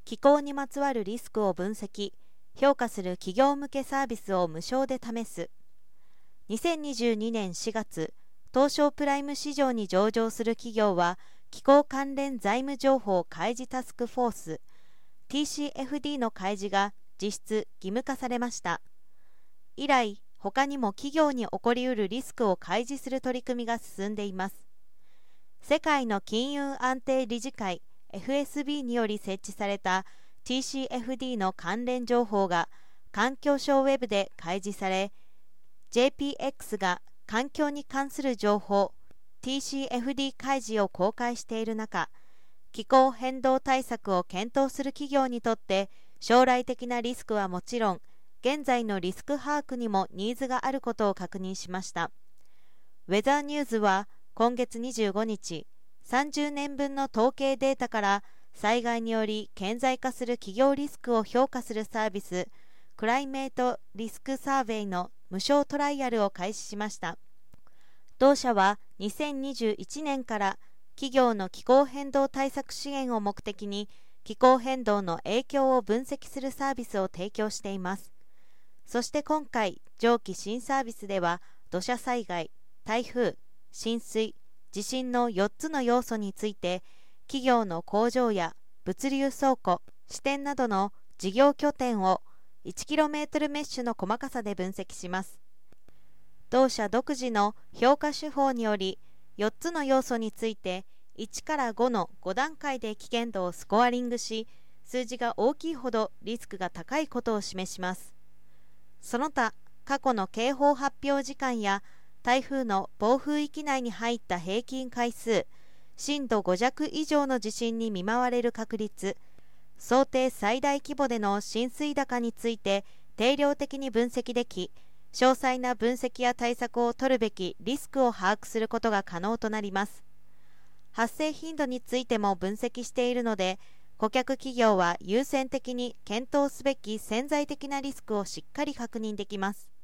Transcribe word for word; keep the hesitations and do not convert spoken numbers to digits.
気候にまつわるリスクを分析・評価する企業向けサービスを無償で試す。にせんにじゅうにねんしがつ、東証プライム市場に上場する企業は、気候関連財務情報開示タスクフォース ティーシーエフディー の開示が実質義務化されました。以来、他にも企業に起こりうるリスクを開示する取り組みが進んでいます。世界の金融安定理事会 エフエスビー により設置された ティーシーエフディー の関連情報が環境省ウェブで開示され、ジェーピーエックス が環境に関する情報 ティーシーエフディー 開示を公開している中、気候変動対策を検討する企業にとって将来的なリスクはもちろん、現在のリスク把握にもニーズがあることを確認しました。ウェザーニューズは今月にじゅうごにち、さんじゅうねんぶんの統計データから災害により顕在化する企業リスクを評価するサービス、クライメートリスクサーベイの無償トライアルを開始しました。同社はにせんにじゅういちねんから企業の気候変動対策支援を目的に気候変動の影響を分析するサービスを提供しています。そして今回、上記新サービスでは土砂災害、台風、浸水、地震のよっつの要素について企業の工場や物流倉庫、支店などの事業拠点を いちキロメートル メッシュの細かさで分析します。同社独自の評価手法によりよっつの要素についていちからごのごだんかいで危険度をスコアリングし、数字が大きいほどリスクが高いことを示します。その他、過去の警報発表時間や台風の暴風域内に入った平均回数、震度ご弱以上の地震に見舞われる確率、想定最大規模での浸水高について定量的に分析でき、詳細な分析や対策を取るべきリスクを把握することが可能となります。発生頻度についても分析しているので、顧客企業は優先的に検討すべき潜在的なリスクをしっかり確認できます。